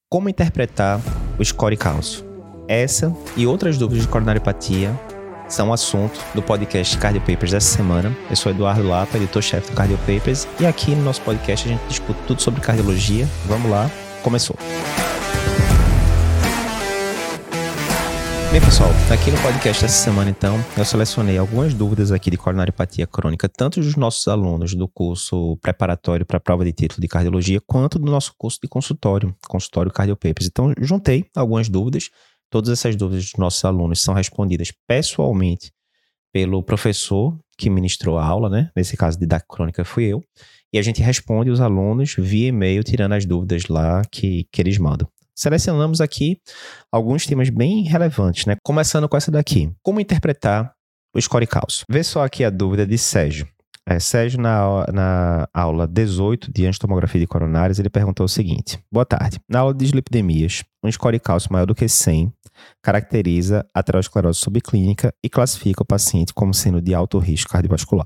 Como interpretar o score cálcio? Essa e outras dúvidas de coronariopatia são assunto do podcast Cardio Papers dessa semana. Eu sou Eduardo Lapa, editor-chefe do Cardio Papers, e aqui no nosso podcast a gente discute tudo sobre cardiologia. Vamos lá, começou! Bem, pessoal, aqui no podcast dessa semana, então, eu selecionei algumas dúvidas aqui de coronariopatia crônica, tanto dos nossos alunos do curso preparatório para a prova de título de cardiologia, quanto do nosso curso de consultório Cardio Papers. Então, juntei algumas dúvidas. Todas essas dúvidas dos nossos alunos são respondidas pessoalmente pelo professor que ministrou a aula, né? Nesse caso de DAC crônica fui eu. E a gente responde os alunos via e-mail, tirando as dúvidas lá que eles mandam. Selecionamos aqui alguns temas bem relevantes, né? Começando com essa daqui. Como interpretar o score cálcio? Vê só aqui a dúvida de Sérgio. Sérgio, na aula 18 de angiotomografia de coronárias, ele perguntou o seguinte. Boa tarde. Na aula de dislipidemias, um score cálcio maior do que 100 caracteriza aterosclerose subclínica e classifica o paciente como sendo de alto risco cardiovascular.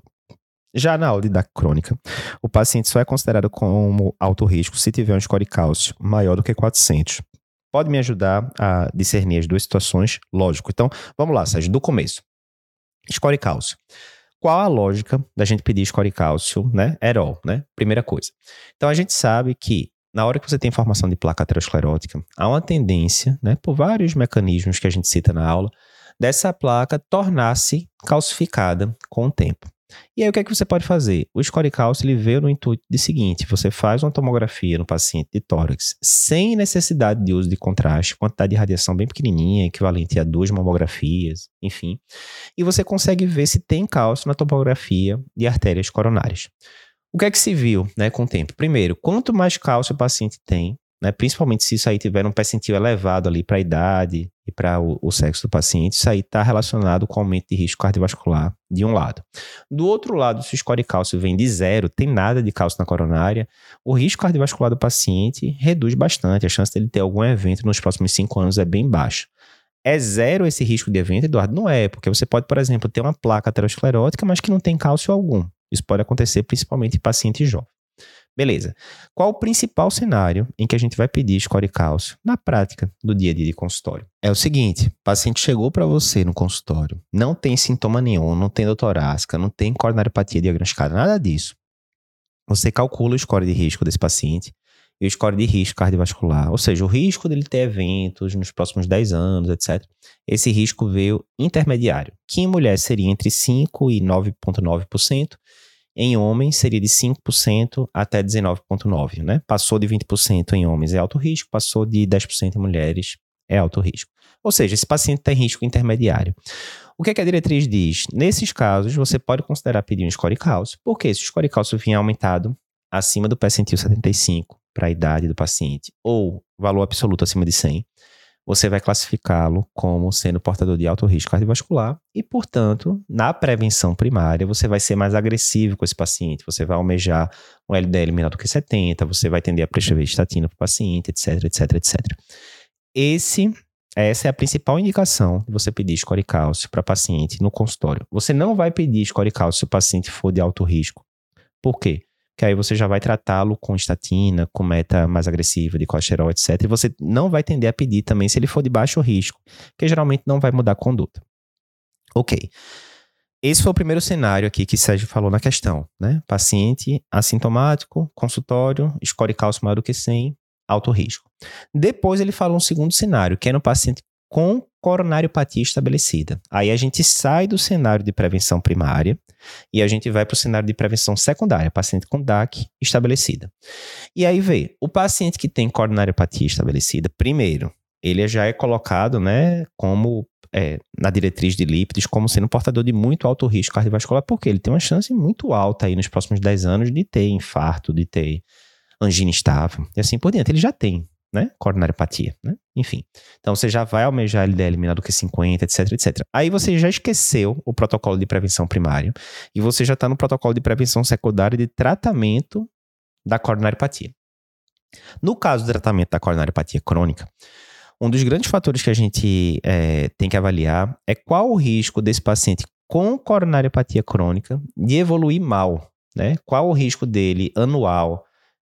Já na aula de DAC crônica, o paciente só é considerado como alto risco se tiver um score cálcio maior do que 400. Pode me ajudar a discernir as duas situações? Lógico. Então, vamos lá, Sérgio, do começo. Score cálcio. Qual a lógica da gente pedir score cálcio, né? EROL, né? Primeira coisa. Então, a gente sabe que na hora que você tem formação de placa aterosclerótica, há uma tendência, né, por vários mecanismos que a gente cita na aula, dessa placa tornar-se calcificada com o tempo. E aí, o que é que você pode fazer? O score cálcio, ele veio no intuito de seguinte, você faz uma tomografia no paciente de tórax sem necessidade de uso de contraste, quantidade de radiação bem pequenininha, equivalente a 2 mamografias, enfim, e você consegue ver se tem cálcio na tomografia de artérias coronárias. O que é que se viu, né, com o tempo? Primeiro, quanto mais cálcio o paciente tem, né, principalmente se isso aí tiver um percentil elevado ali para a idade e para o sexo do paciente, isso aí está relacionado com aumento de risco cardiovascular de um lado. Do outro lado, se o score cálcio vem de zero, tem nada de cálcio na coronária, o risco cardiovascular do paciente reduz bastante, a chance dele ter algum evento nos próximos 5 anos é bem baixa. É zero esse risco de evento, Eduardo? Não é, porque você pode, por exemplo, ter uma placa aterosclerótica, mas que não tem cálcio algum. Isso pode acontecer principalmente em pacientes jovens. Beleza. Qual o principal cenário em que a gente vai pedir score cálcio na prática do dia a dia de consultório? É o seguinte, o paciente chegou para você no consultório, não tem sintoma nenhum, não tem dor torácica, não tem coronariopatia diagnosticada, nada disso. Você calcula o score de risco desse paciente e o score de risco cardiovascular, ou seja, o risco dele ter eventos nos próximos 10 anos, etc. Esse risco veio intermediário, que em mulher seria entre 5% e 9,9%, em homens seria de 5% até 19,9%, né? Passou de 20% em homens é alto risco, passou de 10% em mulheres é alto risco. Ou seja, esse paciente tem risco intermediário. O que é que a diretriz diz? Nesses casos, você pode considerar pedir um score cálcio, porque se o score cálcio vier aumentado acima do percentil 75 para a idade do paciente, ou valor absoluto acima de 100, você vai classificá-lo como sendo portador de alto risco cardiovascular e, portanto, na prevenção primária, você vai ser mais agressivo com esse paciente, você vai almejar um LDL menor do que 70, você vai tender a prescrever estatina para o paciente, etc, etc, etc. Essa é a principal indicação de você pedir score cálcio para paciente no consultório. Você não vai pedir score cálcio se o paciente for de alto risco. Por quê? Porque aí você já vai tratá-lo com estatina, com meta mais agressiva de colesterol, etc. E você não vai tender a pedir também se ele for de baixo risco, que geralmente não vai mudar a conduta. Ok. Esse foi o primeiro cenário aqui que Sérgio falou na questão, né? Paciente assintomático, consultório, score cálcio maior do que 100, alto risco. Depois ele falou um segundo cenário, que é no paciente com coronariopatia estabelecida. Aí a gente sai do cenário de prevenção primária e a gente vai para o cenário de prevenção secundária, paciente com DAC estabelecida. E aí vê, o paciente que tem coronariopatia estabelecida, primeiro, ele já é colocado, né, como na diretriz de lípidos, como sendo um portador de muito alto risco cardiovascular, porque ele tem uma chance muito alta aí nos próximos 10 anos de ter infarto, de ter angina estável e assim por diante. Ele já tem, né, coronariopatia, né? Enfim. Então, você já vai almejar LDL menor do que 50, etc, etc. Aí você já esqueceu o protocolo de prevenção primário e você já está no protocolo de prevenção secundária de tratamento da coronariopatia. No caso do tratamento da coronariopatia crônica, um dos grandes fatores que a gente tem que avaliar é qual o risco desse paciente com coronariopatia crônica de evoluir mal, né? Qual o risco dele anual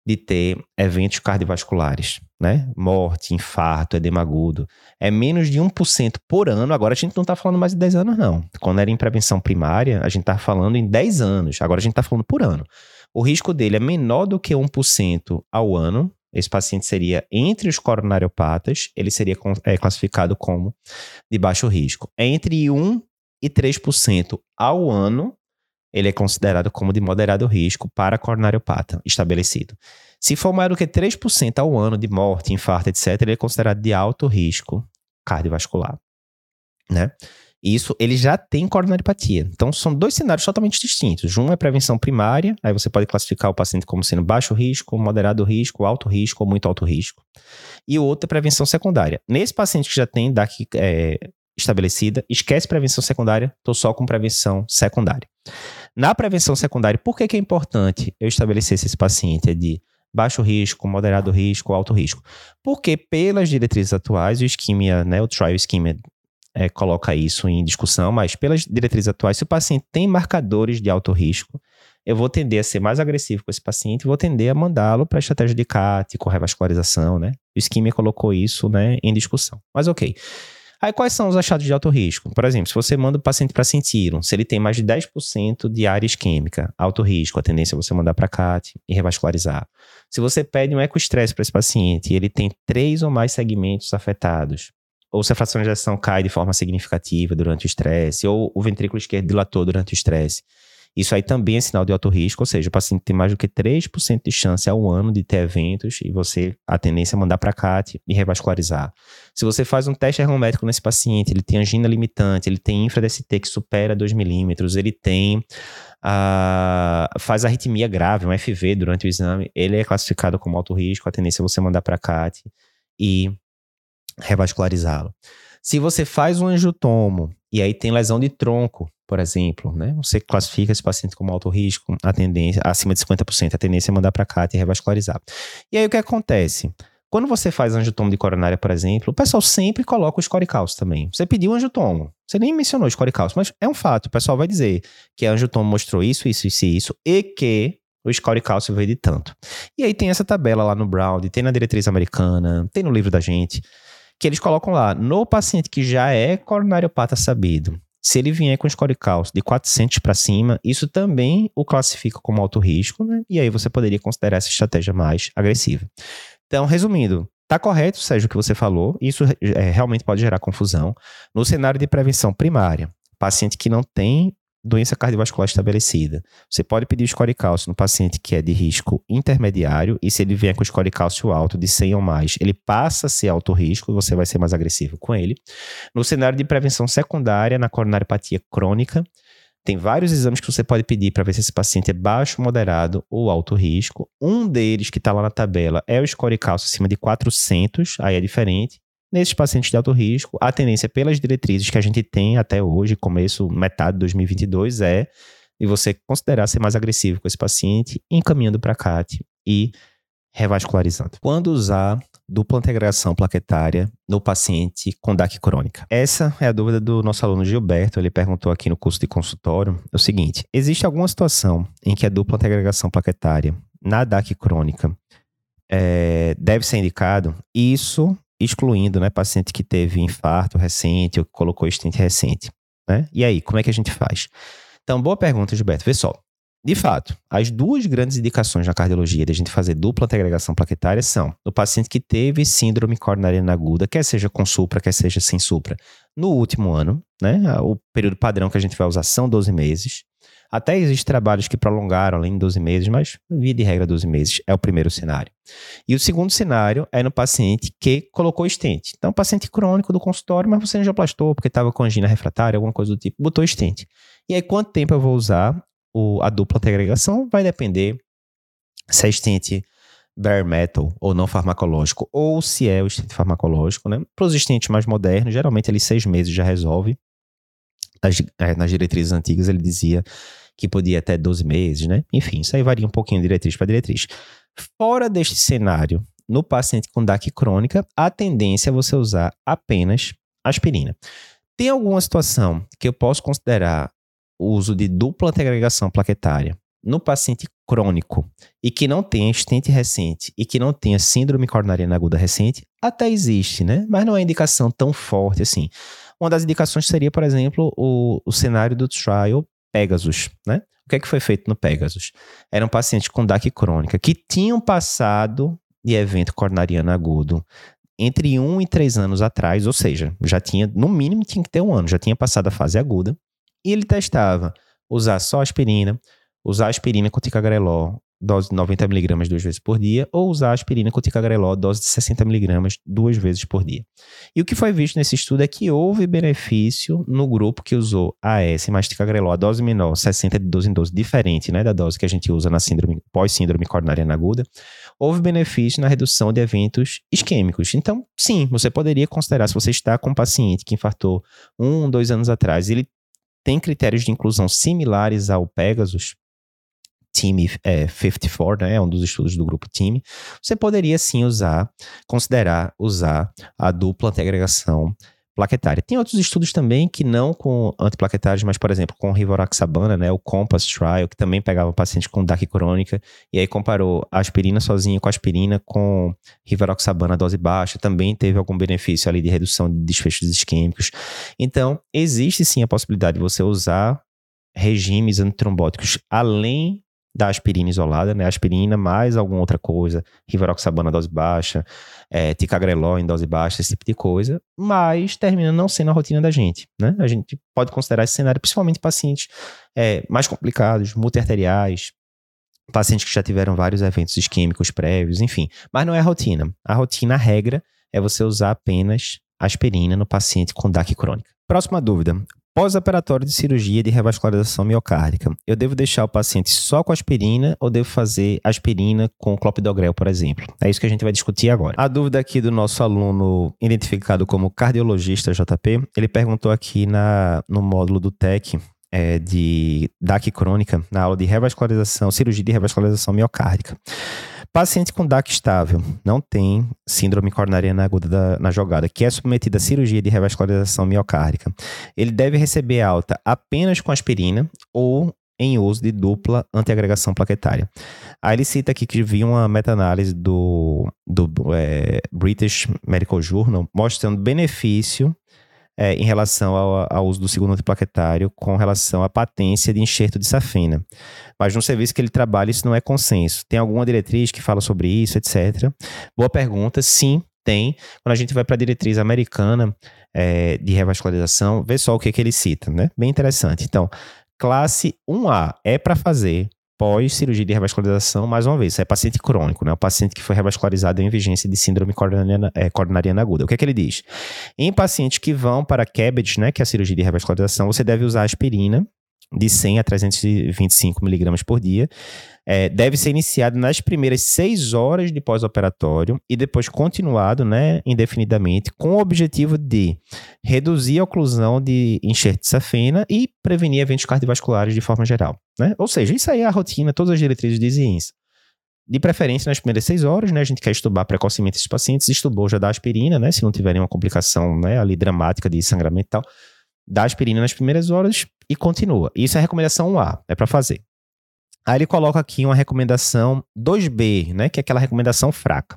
de ter eventos cardiovasculares, né? Morte, infarto, edema agudo. É menos de 1% por ano. Agora a gente não está falando mais de 10 anos, não. Quando era em prevenção primária, a gente está falando em 10 anos. Agora a gente está falando por ano. O risco dele é menor do que 1% ao ano. Esse paciente seria entre os coronariopatas, ele seria classificado como de baixo risco. É entre 1 e 3% ao ano, ele é considerado como de moderado risco para coronariopata estabelecido. Se for maior do que 3% ao ano de morte, infarto, etc., ele é considerado de alto risco cardiovascular, né? Isso, ele já tem coronariopatia. Então, são dois cenários totalmente distintos. Um é prevenção primária, aí você pode classificar o paciente como sendo baixo risco, moderado risco, alto risco ou muito alto risco. E o outro é prevenção secundária. Nesse paciente que já tem DAC estabelecida, esquece prevenção secundária, estou só com prevenção secundária. Na prevenção secundária, por que é importante eu estabelecer se esse paciente é de baixo risco, moderado risco, alto risco? Porque pelas diretrizes atuais, o Ischemia, né, o Trial Ischemia coloca isso em discussão, mas pelas diretrizes atuais, se o paciente tem marcadores de alto risco, eu vou tender a ser mais agressivo com esse paciente e vou tender a mandá-lo para a estratégia de CAT, com revascularização, né? O Ischemia colocou isso, né, em discussão. Mas ok. Aí quais são os achados de alto risco? Por exemplo, se você manda o paciente para Sentirum, se ele tem mais de 10% de área isquêmica, alto risco, a tendência é você mandar para CAT e revascularizar. Se você pede um ecoestresse para esse paciente e ele tem 3 ou mais segmentos afetados, ou se a fração de ejeção cai de forma significativa durante o estresse, ou o ventrículo esquerdo dilatou durante o estresse, isso aí também é sinal de alto risco, ou seja, o paciente tem mais do que 3% de chance ao ano de ter eventos e a tendência é mandar para CAT e revascularizar. Se você faz um teste ergométrico nesse paciente, ele tem angina limitante, ele tem infra-DST que supera 2 milímetros, ele tem faz arritmia grave, um FV durante o exame, ele é classificado como alto risco, a tendência é você mandar para CAT e revascularizá-lo. Se você faz um angiotomo e aí tem lesão de tronco, por exemplo, né? Você classifica esse paciente como alto risco, a tendência, acima de 50%, a tendência é mandar para CAT e revascularizar. E aí o que acontece? Quando você faz angiotomo de coronária, por exemplo, o pessoal sempre coloca o score calcio também. Você pediu angiotomo, você nem mencionou o score calcio, mas é um fato, o pessoal vai dizer que a angiotomo mostrou isso, e que o score calcio veio de tanto. E aí tem essa tabela lá no Brown, tem na diretriz americana, tem no livro da gente, que eles colocam lá, no paciente que já é coronariopata sabido, se ele vier com score calcio de 400 para cima, isso também o classifica como alto risco, né? E aí você poderia considerar essa estratégia mais agressiva. Então, resumindo, tá correto, Sérgio, o que você falou, isso realmente pode gerar confusão. No cenário de prevenção primária, paciente que não tem doença cardiovascular estabelecida, você pode pedir o score cálcio no paciente que é de risco intermediário e se ele vier com score cálcio alto de 100 ou mais, ele passa a ser alto risco e você vai ser mais agressivo com ele. No cenário de prevenção secundária, na coronariopatia crônica, tem vários exames que você pode pedir para ver se esse paciente é baixo, moderado ou alto risco. Um deles que está lá na tabela é o score cálcio acima de 400, aí é diferente. Nesses pacientes de alto risco, a tendência pelas diretrizes que a gente tem até hoje, metade de 2022, é de você considerar ser mais agressivo com esse paciente, encaminhando para CAT e revascularizando. Quando usar dupla integração plaquetária no paciente com DAC crônica? Essa é a dúvida do nosso aluno Gilberto. Ele perguntou aqui no curso de consultório o seguinte: existe alguma situação em que a dupla integração plaquetária na DAC crônica deve ser indicado? Isso excluindo, né, paciente que teve infarto recente ou que colocou stent recente, né? E aí, como é que a gente faz? Então, boa pergunta, Gilberto. Vê só. De fato, as duas grandes indicações na cardiologia de a gente fazer dupla antiagregação plaquetária são no paciente que teve síndrome coronariana aguda, quer seja com supra, quer seja sem supra, no último ano, né? O período padrão que a gente vai usar são 12 meses. Até existem trabalhos que prolongaram além de 12 meses, mas via de regra 12 meses é o primeiro cenário. E o segundo cenário é no paciente que colocou stent. Então, paciente crônico do consultório, mas você angioplastou porque estava com angina refratária, alguma coisa do tipo, botou stent. E aí, quanto tempo eu vou usar a dupla antiagregação? Vai depender se é stent bare metal ou não farmacológico, ou se é o stent farmacológico, né? Para os stents mais modernos, geralmente ele 6 meses já resolve. Nas diretrizes antigas ele dizia que podia até 12 meses, né? Enfim, isso aí varia um pouquinho de diretriz para diretriz. Fora deste cenário, no paciente com DAC crônica, a tendência é você usar apenas aspirina. Tem alguma situação que eu posso considerar o uso de dupla antiagregação plaquetária no paciente crônico e que não tenha estente recente e que não tenha síndrome coronariana aguda recente, até existe, né? Mas não é indicação tão forte assim. Uma das indicações seria, por exemplo, o cenário do trial Pegasus, né? O que é que foi feito no Pegasus? Eram pacientes com DAC crônica que tinham passado de evento coronariano agudo entre 1 e 3 anos atrás, ou seja, já tinha, no mínimo tinha que ter 1 ano, já tinha passado a fase aguda, e ele testava usar só aspirina, usar aspirina com ticagrelor, dose de 90mg 2 vezes por dia, ou usar aspirina com ticagrelor, dose de 60mg 2 vezes por dia. E o que foi visto nesse estudo é que houve benefício no grupo que usou AS mais ticagrelor, a dose menor, 60 de 12 em 12, diferente, né, da dose que a gente usa na síndrome, pós-síndrome coronariana aguda. Houve benefício na redução de eventos isquêmicos. Então, sim, você poderia considerar, se você está com um paciente que infartou 1, 2 anos atrás, ele tem critérios de inclusão similares ao Pegasus, TIMI 54, né, é um dos estudos do grupo TIMI, você poderia sim considerar usar a dupla antiagregação plaquetária. Tem outros estudos também que não com antiplaquetários, mas, por exemplo, com rivaroxabana, né, o COMPASS Trial, que também pegava paciente com DAC crônica, e aí comparou a aspirina sozinha com a aspirina com rivaroxabana dose baixa, também teve algum benefício ali de redução de desfechos isquêmicos. Então, existe sim a possibilidade de você usar regimes antitrombóticos além da aspirina isolada, né? Aspirina mais alguma outra coisa, rivaroxabana dose baixa, ticagrelor em dose baixa, esse tipo de coisa, mas termina não sendo a rotina da gente, né? A gente pode considerar esse cenário principalmente pacientes mais complicados, multiarteriais, pacientes que já tiveram vários eventos isquêmicos prévios, enfim, mas não é a rotina. A rotina, a regra, é você usar apenas aspirina no paciente com DAC crônica. Próxima dúvida. Pós-operatório de cirurgia de revascularização miocárdica, eu devo deixar o paciente só com aspirina ou devo fazer aspirina com clopidogrel, por exemplo? É isso que a gente vai discutir agora. A dúvida aqui do nosso aluno identificado como cardiologista JP, ele perguntou aqui no módulo do TEC de DAC crônica, na aula de revascularização, cirurgia de revascularização miocárdica. Paciente com DAC estável, não tem síndrome coronariana aguda na jogada, que é submetido à cirurgia de revascularização miocárdica. Ele deve receber alta apenas com aspirina ou em uso de dupla antiagregação plaquetária. Aí ele cita aqui que viu uma meta-análise do British Medical Journal mostrando benefício em relação ao uso do segundo antiplaquetário com relação à patência de enxerto de safena. Mas no serviço que ele trabalha, isso não é consenso. Tem alguma diretriz que fala sobre isso, etc. Boa pergunta. Sim, tem. Quando a gente vai para a diretriz americana de revascularização, vê só o que ele cita, né? Bem interessante. Então, classe 1A é para fazer pós-cirurgia de revascularização, mais uma vez, isso é paciente crônico, né? O paciente que foi revascularizado em vigência de síndrome coronariana aguda. O que é que ele diz? Em pacientes que vão para CABG, né, que é a cirurgia de revascularização, você deve usar aspirina de 100 a 325mg por dia. Deve ser iniciado nas primeiras 6 horas de pós-operatório e depois continuado, né, indefinidamente, com o objetivo de reduzir a oclusão de enxerto de safena e prevenir eventos cardiovasculares de forma geral, né? Ou seja, isso aí é a rotina, todas as diretrizes dizem isso. De preferência nas primeiras 6 horas, né, a gente quer estubar precocemente esses pacientes, estubou já dá aspirina, né, se não tiver nenhuma complicação, né, ali dramática de sangramento e tal, dá aspirina nas primeiras horas e continua. Isso é a recomendação 1A, é para fazer. Aí ele coloca aqui uma recomendação 2B, né, que é aquela recomendação fraca.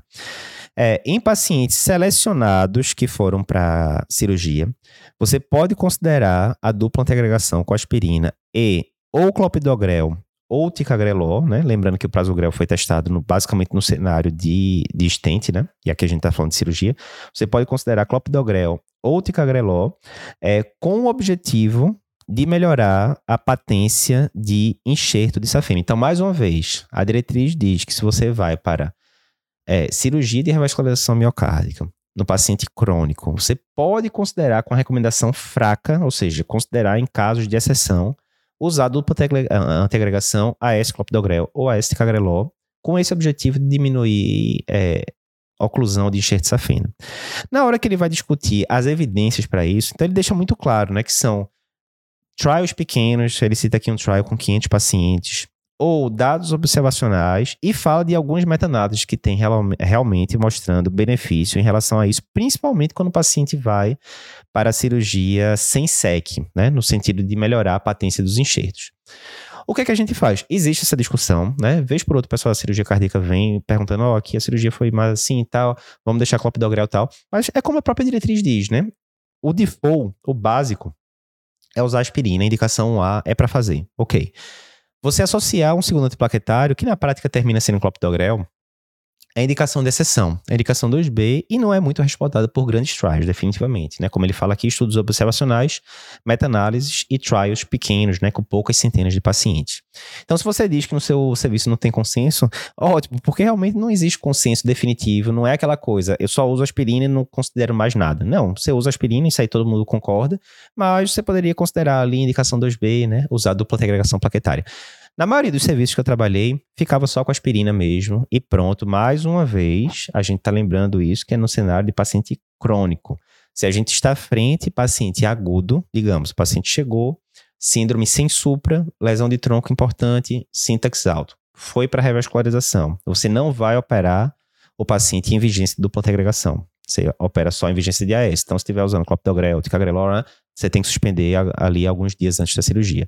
Em pacientes selecionados que foram para cirurgia, você pode considerar a dupla antiagregação com aspirina e ou clopidogrel ou ticagrelor, né? Lembrando que o prasugrel foi testado basicamente no cenário de stent, né? E aqui a gente está falando de cirurgia. Você pode considerar clopidogrel ou ticagrelor com o objetivo de melhorar a patência de enxerto de safena. Então, mais uma vez, a diretriz diz que se você vai para cirurgia de revascularização miocárdica no paciente crônico, você pode considerar com a recomendação fraca, ou seja, considerar em casos de exceção, usar dupla antiagregação AS clopidogrel ou AS ticagrelor com esse objetivo de diminuir oclusão de enxerto de safena. Na hora que ele vai discutir as evidências para isso, então ele deixa muito claro, né, que são trials pequenos, ele cita aqui um trial com 500 pacientes, ou dados observacionais, e fala de algumas meta-análises que tem realmente mostrando benefício em relação a isso, principalmente quando o paciente vai para a cirurgia sem SEC, né, no sentido de melhorar a patência dos enxertos. O que é que a gente faz? Existe essa discussão, né? Vez por outra, o pessoal da cirurgia cardíaca vem perguntando, aqui a cirurgia foi mais assim e tal, vamos deixar clopidogrel e tal. Mas é como a própria diretriz diz, né? O default, o básico, é usar aspirina, a indicação A é para fazer. Ok. Você associar um segundo antiplaquetário, que na prática termina sendo clopidogrel, é indicação de exceção, é indicação 2B e não é muito respaldada por grandes trials, definitivamente, né? Como ele fala aqui, estudos observacionais, meta-análises e trials pequenos, né? Com poucas centenas de pacientes. Então, se você diz que no seu serviço não tem consenso, ótimo, porque realmente não existe consenso definitivo, não é aquela coisa, eu só uso aspirina e não considero mais nada. Não, você usa aspirina, isso aí todo mundo concorda, mas você poderia considerar ali indicação 2B, né? Usar dupla agregação plaquetária. Na maioria dos serviços que eu trabalhei, ficava só com aspirina mesmo e pronto. Mais uma vez, a gente está lembrando isso, que é no cenário de paciente crônico. Se a gente está à frente, paciente agudo, digamos, o paciente chegou, síndrome sem supra, lesão de tronco importante, sintaxe alto. Foi para revascularização. Você não vai operar o paciente em vigência de dupla agregação. Você opera só em vigência de AS. Então, se estiver usando clopidogrel, ticagrelor, você tem que suspender ali alguns dias antes da cirurgia.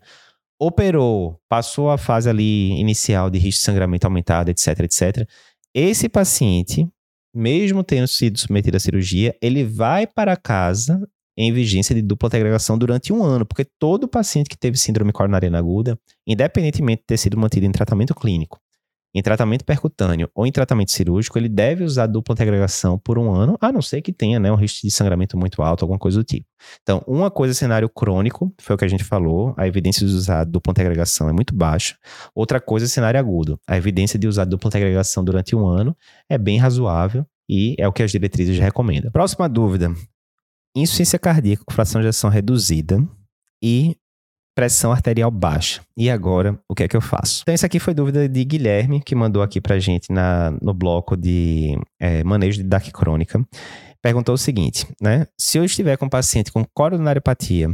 Operou, passou a fase ali inicial de risco de sangramento aumentado, etc, etc. Esse paciente, mesmo tendo sido submetido à cirurgia, ele vai para casa em vigência de dupla agregação durante 1 ano, porque todo paciente que teve síndrome coronariana aguda, independentemente de ter sido mantido em tratamento clínico, em tratamento percutâneo ou em tratamento cirúrgico, ele deve usar dupla agregação por 1 ano, a não ser que tenha, né, um risco de sangramento muito alto, alguma coisa do tipo. Então, uma coisa é cenário crônico, foi o que a gente falou, a evidência de usar dupla agregação é muito baixa. Outra coisa é cenário agudo, a evidência de usar dupla agregação durante 1 ano é bem razoável e é o que as diretrizes recomendam. Próxima dúvida, insuficiência cardíaca com fração de ejeção reduzida e pressão arterial baixa. E agora, o que é que eu faço? Então, isso aqui foi dúvida de Guilherme, que mandou aqui pra gente no bloco de manejo de DAC crônica. Perguntou o seguinte, né? Se eu estiver com um paciente com coronariopatia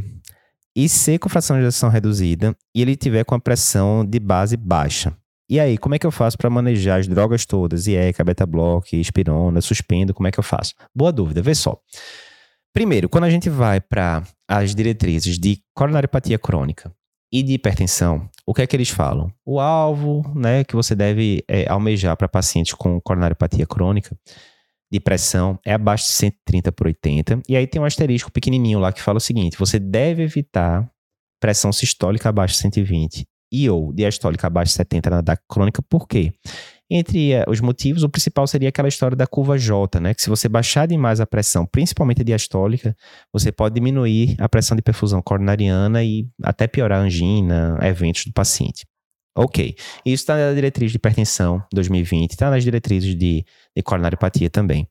IC com fração de ejeção reduzida e ele tiver com a pressão de base baixa, e aí, como é que eu faço para manejar as drogas todas? IECA, beta-bloque, espirona, suspendo, como é que eu faço? Boa dúvida, vê só. Primeiro, quando a gente vai para as diretrizes de coronariopatia crônica e de hipertensão, o que é que eles falam? O alvo, né, que você deve almejar para pacientes com coronariopatia crônica de pressão é abaixo de 130/80. E aí tem um asterisco pequenininho lá que fala o seguinte, você deve evitar pressão sistólica abaixo de 120 e ou diastólica abaixo de 70 na DAC crônica. Por quê? Entre os motivos, o principal seria aquela história da curva J, né? Que se você baixar demais a pressão, principalmente a diastólica, você pode diminuir a pressão de perfusão coronariana e até piorar a angina, eventos do paciente. Ok. Isso está na diretriz de hipertensão 2020, está nas diretrizes de coronariopatia também.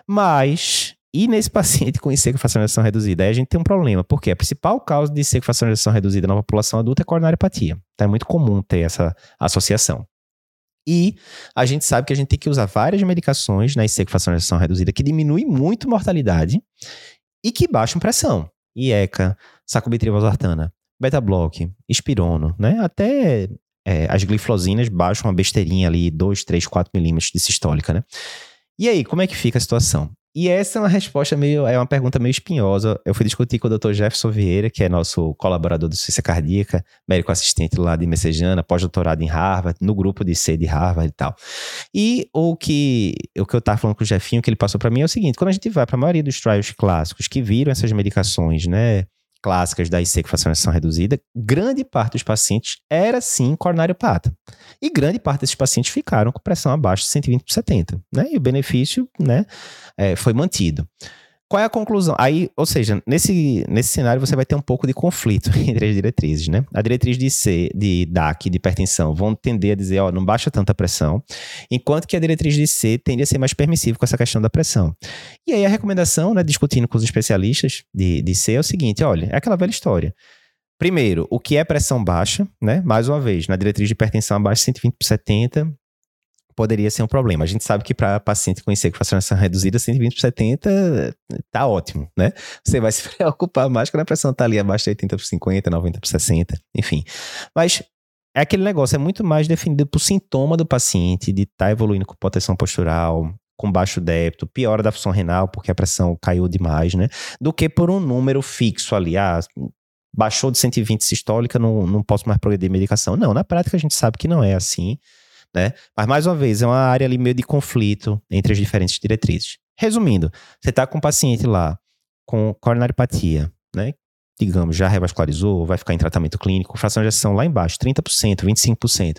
Mas, e nesse paciente com IC com fração de ejeção reduzida? Aí a gente tem um problema, porque a principal causa de IC com fração de ejeção reduzida na população adulta é coronariopatia. Então é muito comum ter essa associação. E a gente sabe que a gente tem que usar várias medicações na IC com fração de ejeção reduzida que diminuem muito mortalidade e que baixam pressão. IECA, sacubitril valsartana, beta-bloque, espirono, né? Até as gliflosinas baixam uma besteirinha ali, 2, 3, 4 milímetros de sistólica, né? E aí, como é que fica a situação? E essa é uma resposta uma pergunta meio espinhosa. Eu fui discutir com o Dr. Jefferson Vieira, que é nosso colaborador de ciência cardíaca, médico assistente lá de Messejana, pós-doutorado em Harvard, no grupo de C de Harvard e tal. E o que eu tava falando com o Jefinho, que ele passou para mim, é o seguinte, quando a gente vai para a maioria dos trials clássicos que viram essas medicações, né, clássicas da IC com fração de ejeção reduzida, grande parte dos pacientes era sim coronariopata. E grande parte desses pacientes ficaram com pressão abaixo de 120/70, né? E o benefício, né, foi mantido. Qual é a conclusão? Aí, ou seja, nesse cenário você vai ter um pouco de conflito entre as diretrizes, né? A diretriz de DAC, de hipertensão, vão tender a dizer, não baixa tanta pressão, enquanto que a diretriz de C tende a ser mais permissiva com essa questão da pressão. E aí a recomendação, né, discutindo com os especialistas de C é o seguinte, olha, é aquela velha história. Primeiro, o que é pressão baixa, né? Mais uma vez, na diretriz de hipertensão abaixo de 120/70, poderia ser um problema. A gente sabe que para paciente com IC com fração de ejeção reduzida, 120/70 tá ótimo, né? Você vai se preocupar mais quando a pressão tá ali abaixo de 80/50, 90/60, enfim. Mas é aquele negócio, é muito mais definido por sintoma do paciente, de estar evoluindo com hipotensão postural, com baixo débito, piora da função renal porque a pressão caiu demais, né? Do que por um número fixo ali, baixou de 120 sistólica, não posso mais progredir medicação. Não, na prática a gente sabe que não é assim, né? Mas, mais uma vez, é uma área ali meio de conflito entre as diferentes diretrizes. Resumindo, você está com um paciente lá com coronariopatia, né? Digamos, já revascularizou, vai ficar em tratamento clínico, fração de ejeção lá embaixo, 30%, 25%.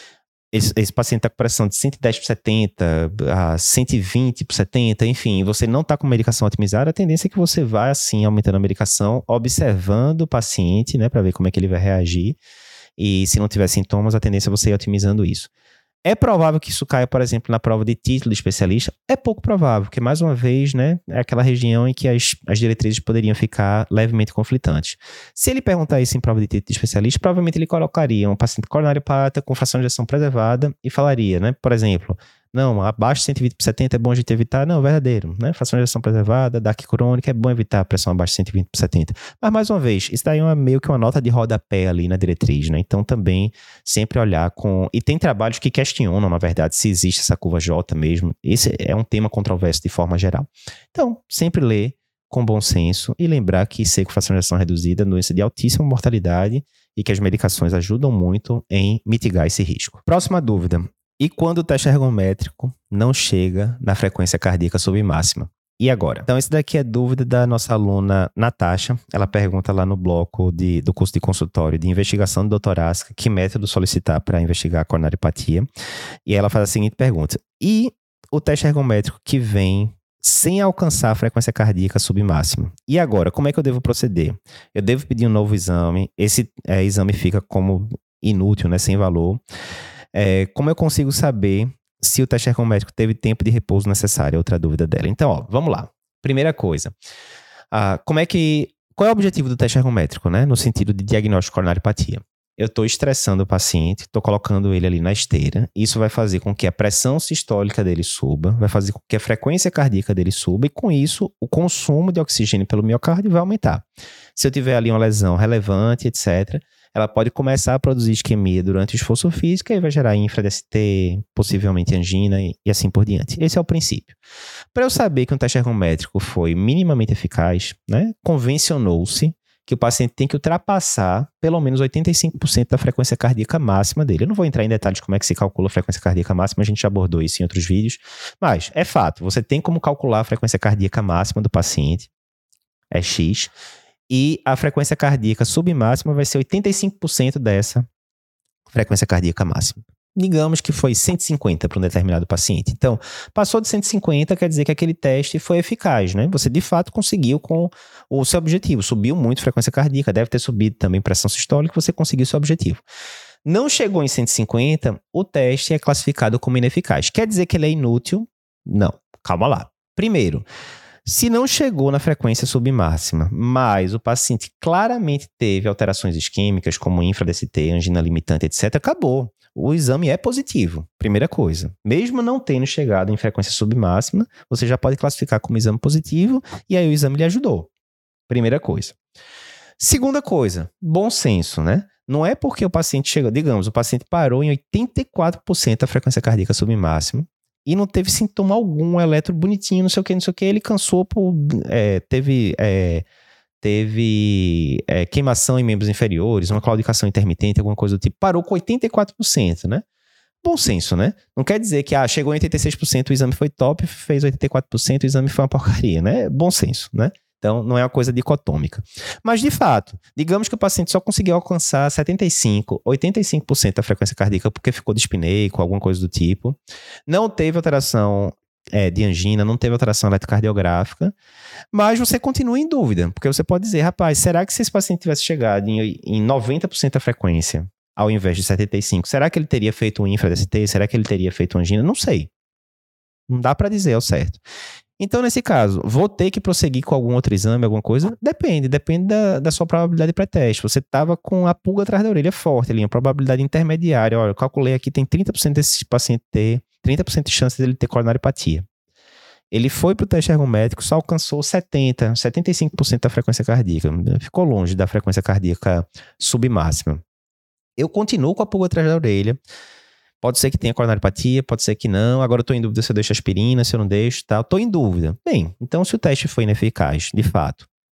Esse paciente está com pressão de 110 por 70, a 120 por 70, enfim, você não está com medicação otimizada, a tendência é que você vá, assim, aumentando a medicação, observando o paciente, né, para ver como é que ele vai reagir. E se não tiver sintomas, a tendência é você ir otimizando isso. É provável que isso caia, por exemplo, na prova de título de especialista? É pouco provável, porque, mais uma vez, né, é aquela região em que as diretrizes poderiam ficar levemente conflitantes. Se ele perguntar isso em prova de título de especialista, provavelmente ele colocaria um paciente coronariopata com fração de ejeção preservada e falaria, né, por exemplo, não, abaixo de 120 por 70 é bom a gente evitar. Não, verdadeiro, né? Fração de ejeção preservada, DAC crônica, é bom evitar a pressão abaixo de 120 por 70. Mas, mais uma vez, isso daí é meio que uma nota de rodapé ali na diretriz, né? Então, também, sempre olhar com... E tem trabalhos que questionam, na verdade, se existe essa curva J mesmo. Esse é um tema controverso de forma geral. Então, sempre ler com bom senso e lembrar que ser com fração de ejeção reduzida é uma doença de altíssima mortalidade e que as medicações ajudam muito em mitigar esse risco. Próxima dúvida. E quando o teste ergométrico não chega na frequência cardíaca submáxima? E agora? Então, esse daqui é dúvida da nossa aluna Natasha. Ela pergunta lá no bloco do curso de consultório de investigação doutorácica que método solicitar para investigar a coronariopatia. E ela faz a seguinte pergunta. E o teste ergométrico que vem sem alcançar a frequência cardíaca submáxima? E agora, como é que eu devo proceder? Eu devo pedir um novo exame? Esse exame fica como inútil, né, sem valor. Como eu consigo saber se o teste ergométrico teve tempo de repouso necessário? É outra dúvida dela. Então, ó, vamos lá. Primeira coisa, qual é o objetivo do teste ergométrico, né? No sentido de diagnóstico de coronariopatia. Eu estou estressando o paciente, estou colocando ele ali na esteira. Isso vai fazer com que a pressão sistólica dele suba, vai fazer com que a frequência cardíaca dele suba e, com isso, o consumo de oxigênio pelo miocárdio vai aumentar. Se eu tiver ali uma lesão relevante, etc., ela pode começar a produzir isquemia durante o esforço físico e vai gerar infra-DST, possivelmente angina e assim por diante. Esse é o princípio. Para eu saber que um teste ergométrico foi minimamente eficaz, né, convencionou-se que o paciente tem que ultrapassar pelo menos 85% da frequência cardíaca máxima dele. Eu não vou entrar em detalhes como é que se calcula a frequência cardíaca máxima, a gente já abordou isso em outros vídeos, mas é fato, você tem como calcular a frequência cardíaca máxima do paciente, é X, e a frequência cardíaca submáxima vai ser 85% dessa frequência cardíaca máxima. Digamos que foi 150 para um determinado paciente. Então, passou de 150, quer dizer que aquele teste foi eficaz, né? Você, de fato, conseguiu com o seu objetivo. Subiu muito a frequência cardíaca, deve ter subido também pressão sistólica, você conseguiu o seu objetivo. Não chegou em 150, o teste é classificado como ineficaz. Quer dizer que ele é inútil? Não. Calma lá. Primeiro, se não chegou na frequência submáxima, mas o paciente claramente teve alterações isquêmicas, como infra-DST, angina limitante, etc., acabou. O exame é positivo, primeira coisa. Mesmo não tendo chegado em frequência submáxima, você já pode classificar como exame positivo e aí o exame lhe ajudou. Primeira coisa. Segunda coisa, bom senso, né? Não é porque o paciente chegou, digamos, o paciente parou em 84% da frequência cardíaca submáxima, e não teve sintoma algum, um eletro bonitinho, não sei o que, ele cansou teve queimação em membros inferiores, uma claudicação intermitente, alguma coisa do tipo, parou com 84%, né? Bom senso, né? Não quer dizer que chegou em 86%, o exame foi top, fez 84%, o exame foi uma porcaria, né? Bom senso, né? Então, não é uma coisa dicotômica. Mas, de fato, digamos que o paciente só conseguiu alcançar 75%, 85% da frequência cardíaca porque ficou dispneico, alguma coisa do tipo. Não teve alteração de angina, não teve alteração eletrocardiográfica, mas você continua em dúvida, porque você pode dizer, rapaz, será que se esse paciente tivesse chegado em 90% da frequência, ao invés de 75%, será que ele teria feito um infra-DST? Será que ele teria feito angina? Não sei. Não dá para dizer ao certo. Então, nesse caso, vou ter que prosseguir com algum outro exame, alguma coisa? Depende da sua probabilidade pré-teste. Você estava com a pulga atrás da orelha forte ali, a probabilidade intermediária. Olha, eu calculei aqui, tem 30% desse paciente ter, 30% de chance dele ter coronariopatia. Ele foi para o teste ergométrico, só alcançou 75% da frequência cardíaca. Ficou longe da frequência cardíaca submáxima. Eu continuo com a pulga atrás da orelha. Pode ser que tenha coronariopatia, pode ser que não. Agora eu estou em dúvida se eu deixo aspirina, se eu não deixo, tal. Estou em dúvida. Bem, então se o teste foi ineficaz, de fato,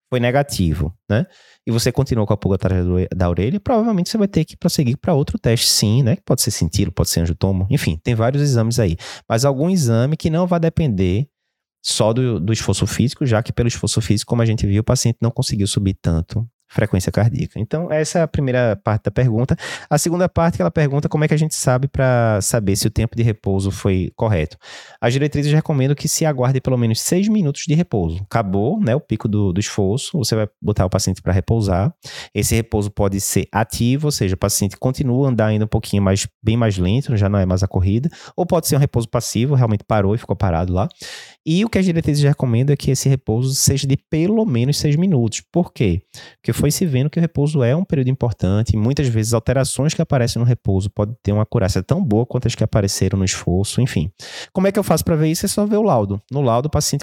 foi negativo, né? E você continuou com a pulga atrás da orelha, provavelmente você vai ter que prosseguir para outro teste, sim, né? Pode ser cintilo, pode ser angiotomo, enfim, tem vários exames aí. Mas algum exame que não vai depender só do esforço físico, já que pelo esforço físico, como a gente viu, o paciente não conseguiu subir tanto frequência cardíaca. Então, essa é a primeira parte da pergunta. A segunda parte, ela pergunta como é que a gente sabe para saber se o tempo de repouso foi correto. As diretrizes recomendam que se aguarde pelo menos 6 minutos de repouso. Acabou, né, o pico do esforço, você vai botar o paciente para repousar. Esse repouso pode ser ativo, ou seja, o paciente continua a andar ainda um pouquinho mais, bem mais lento, já não é mais a corrida, ou pode ser um repouso passivo, realmente parou e ficou parado lá. E o que as diretrizes recomendam é que esse repouso seja de pelo menos 6 minutos. Por quê? Porque foi se vendo que o repouso é um período importante e muitas vezes alterações que aparecem no repouso podem ter uma acurácia tão boa quanto as que apareceram no esforço, enfim. Como é que eu faço para ver isso? É só ver o laudo. No laudo o paciente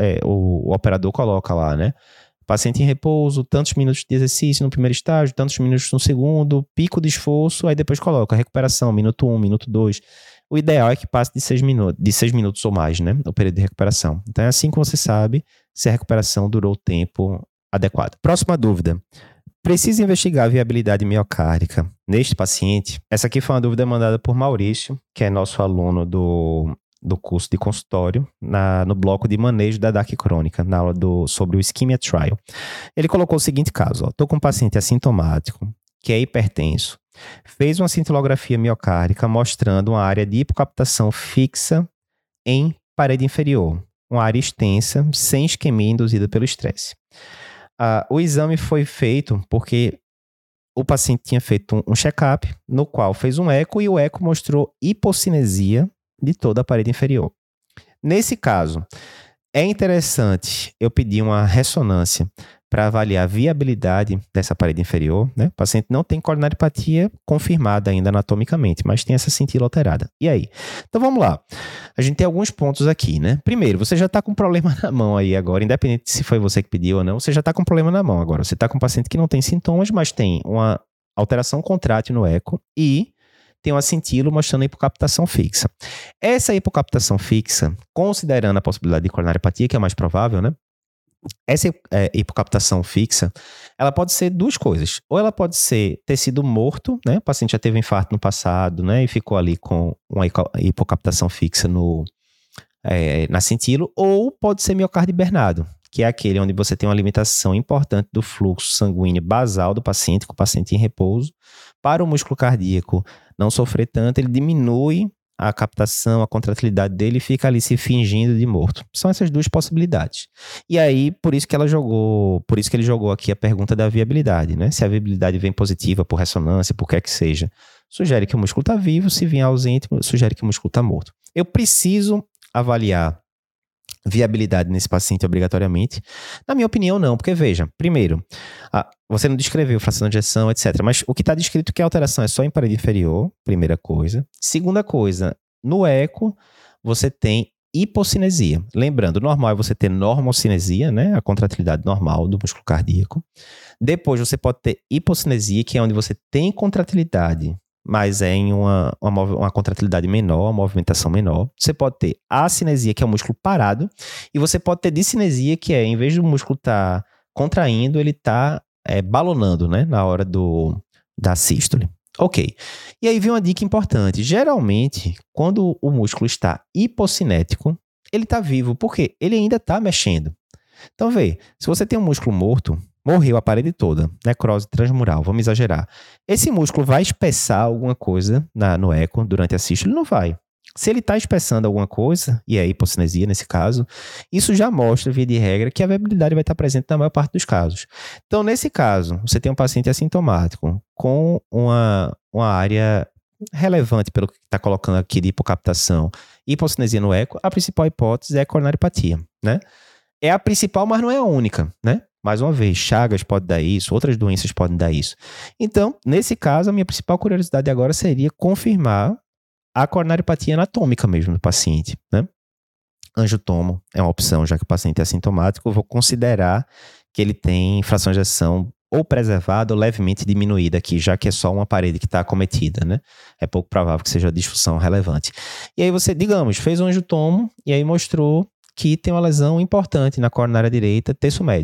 o operador coloca lá, né? Paciente em repouso, tantos minutos de exercício no primeiro estágio, tantos minutos no segundo, pico de esforço, aí depois coloca recuperação, minuto 1, minuto 2. O ideal é que passe de 6 minutos ou mais, né? O período de recuperação. Então é assim que você sabe se a recuperação durou o tempo adequado. Próxima dúvida. Precisa investigar a viabilidade miocárdica neste paciente? Essa aqui foi uma dúvida mandada por Maurício, que é nosso aluno do curso de consultório, no bloco de manejo da DAC crônica, na aula sobre o Ischemia Trial. Ele colocou o seguinte caso: estou com um paciente assintomático, que é hipertenso, fez uma cintilografia miocárdica mostrando uma área de hipocaptação fixa em parede inferior, uma área extensa, sem isquemia induzida pelo estresse. O exame foi feito porque o paciente tinha feito um check-up, no qual fez um eco e o eco mostrou hipocinesia de toda a parede inferior. Nesse caso, é interessante eu pedir uma ressonância para avaliar a viabilidade dessa parede inferior, né? O paciente não tem coronariopatia confirmada ainda anatomicamente, mas tem essa cintila alterada. E aí? Então vamos lá. A gente tem alguns pontos aqui, né? Primeiro, você já está com um problema na mão aí agora, independente se foi você que pediu ou não, você já está com um problema na mão agora. Você está com um paciente que não tem sintomas, mas tem uma alteração contrátil no eco e tem uma cintila mostrando a hipocaptação fixa. Essa hipocaptação fixa, considerando a possibilidade de coronariopatia, que é a mais provável, né? Essa hipocaptação fixa, ela pode ser duas coisas. Ou ela pode ser ter sido morto, né? O paciente já teve um infarto no passado, né? E ficou ali com uma hipocaptação fixa na cintila. Ou pode ser miocárdio hibernado, que é aquele onde você tem uma limitação importante do fluxo sanguíneo basal do paciente, com o paciente em repouso. Para o músculo cardíaco não sofrer tanto, ele diminui a captação, a contratilidade dele fica ali se fingindo de morto. São essas duas possibilidades. E aí, por isso que ele jogou aqui a pergunta da viabilidade, né? Se a viabilidade vem positiva por ressonância, por que é que seja, sugere que o músculo está vivo, se vier ausente, sugere que o músculo está morto. Eu preciso avaliar viabilidade nesse paciente obrigatoriamente? Na minha opinião, não, porque veja, primeiro, você não descreveu fração de ejeção, etc. Mas o que está descrito é que a alteração é só em parede inferior, primeira coisa. Segunda coisa, no eco, você tem hipocinesia. Lembrando, o normal é você ter normocinesia, né? A contratilidade normal do músculo cardíaco. Depois você pode ter hipocinesia, que é onde você tem contratilidade, mas é em uma contratilidade menor, uma movimentação menor. Você pode ter acinesia, que é o músculo parado, e você pode ter discinesia, que é, em vez do músculo estar contraindo, ele está balonando, né, na hora da sístole. Ok. E aí vem uma dica importante. Geralmente, quando o músculo está hipocinético, ele está vivo, porque ele ainda está mexendo. Então, vê, se você tem um músculo morto, morreu a parede toda, necrose transmural, vamos exagerar. Esse músculo vai espessar alguma coisa no eco durante a sístole? Ele não vai. Se ele está espessando alguma coisa, e é hipocinesia nesse caso, isso já mostra, via de regra, que a viabilidade vai estar presente na maior parte dos casos. Então, nesse caso, você tem um paciente assintomático com uma área relevante pelo que está colocando aqui de hipocaptação e hipocinesia no eco, a principal hipótese é a coronariopatia, né? É a principal, mas não é a única, né? Mais uma vez, Chagas pode dar isso, outras doenças podem dar isso. Então, nesse caso, a minha principal curiosidade agora seria confirmar a coronariopatia anatômica mesmo do paciente, né? Angiotomo é uma opção, já que o paciente é assintomático, eu vou considerar que ele tem fração de ejeção ou preservada ou levemente diminuída aqui, já que é só uma parede que está acometida, né? É pouco provável que seja disfunção relevante. E aí você, digamos, fez um angiotomo e aí mostrou que tem uma lesão importante na coronária direita, terço médio.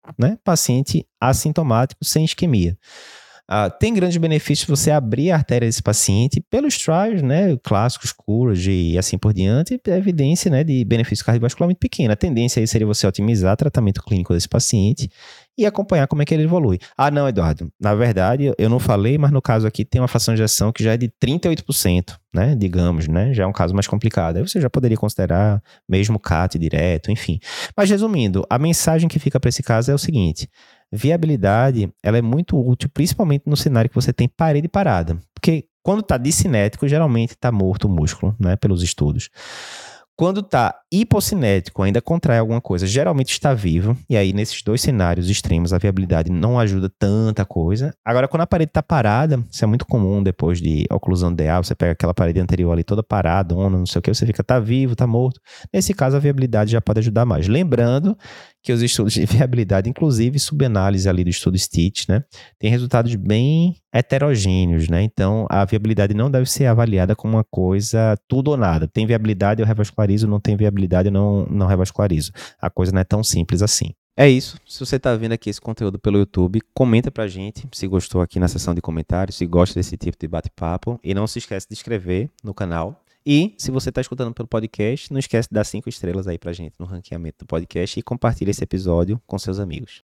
né? Paciente assintomático, sem isquemia. Tem grandes benefícios você abrir a artéria desse paciente pelos trials, né, clássicos, Courage e assim por diante, é evidência, né, de benefício cardiovascular muito pequena. A tendência aí seria você otimizar o tratamento clínico desse paciente e acompanhar como é que ele evolui. Não, Eduardo, na verdade, eu não falei, mas no caso aqui tem uma fração de ejeção que já é de 38%, né, digamos, né, já é um caso mais complicado. Aí você já poderia considerar mesmo CAT direto, enfim. Mas resumindo, a mensagem que fica para esse caso é o seguinte: viabilidade, ela é muito útil, principalmente no cenário que você tem parede parada. Porque quando está discinético, geralmente está morto o músculo, né, pelos estudos. Quando está hipocinético, ainda contrai alguma coisa, geralmente está vivo. E aí, nesses dois cenários extremos, a viabilidade não ajuda tanta coisa. Agora, quando a parede está parada, isso é muito comum depois de oclusão de DA, você pega aquela parede anterior ali toda parada, não sei o que, você fica, tá vivo, tá morto. Nesse caso, a viabilidade já pode ajudar mais. Lembrando que os estudos de viabilidade, inclusive subanálise ali do estudo Stitch, né, tem resultados bem heterogêneos, né? Então, a viabilidade não deve ser avaliada como uma coisa tudo ou nada. Tem viabilidade, eu revascularizo, não tem viabilidade, eu não revascularizo. A coisa não é tão simples assim. É isso. Se você está vendo aqui esse conteúdo pelo YouTube, comenta pra gente se gostou aqui na seção de comentários, se gosta desse tipo de bate-papo. E não se esquece de inscrever no canal. E se você está escutando pelo podcast, não esquece de dar 5 estrelas aí pra gente no ranqueamento do podcast e compartilha esse episódio com seus amigos.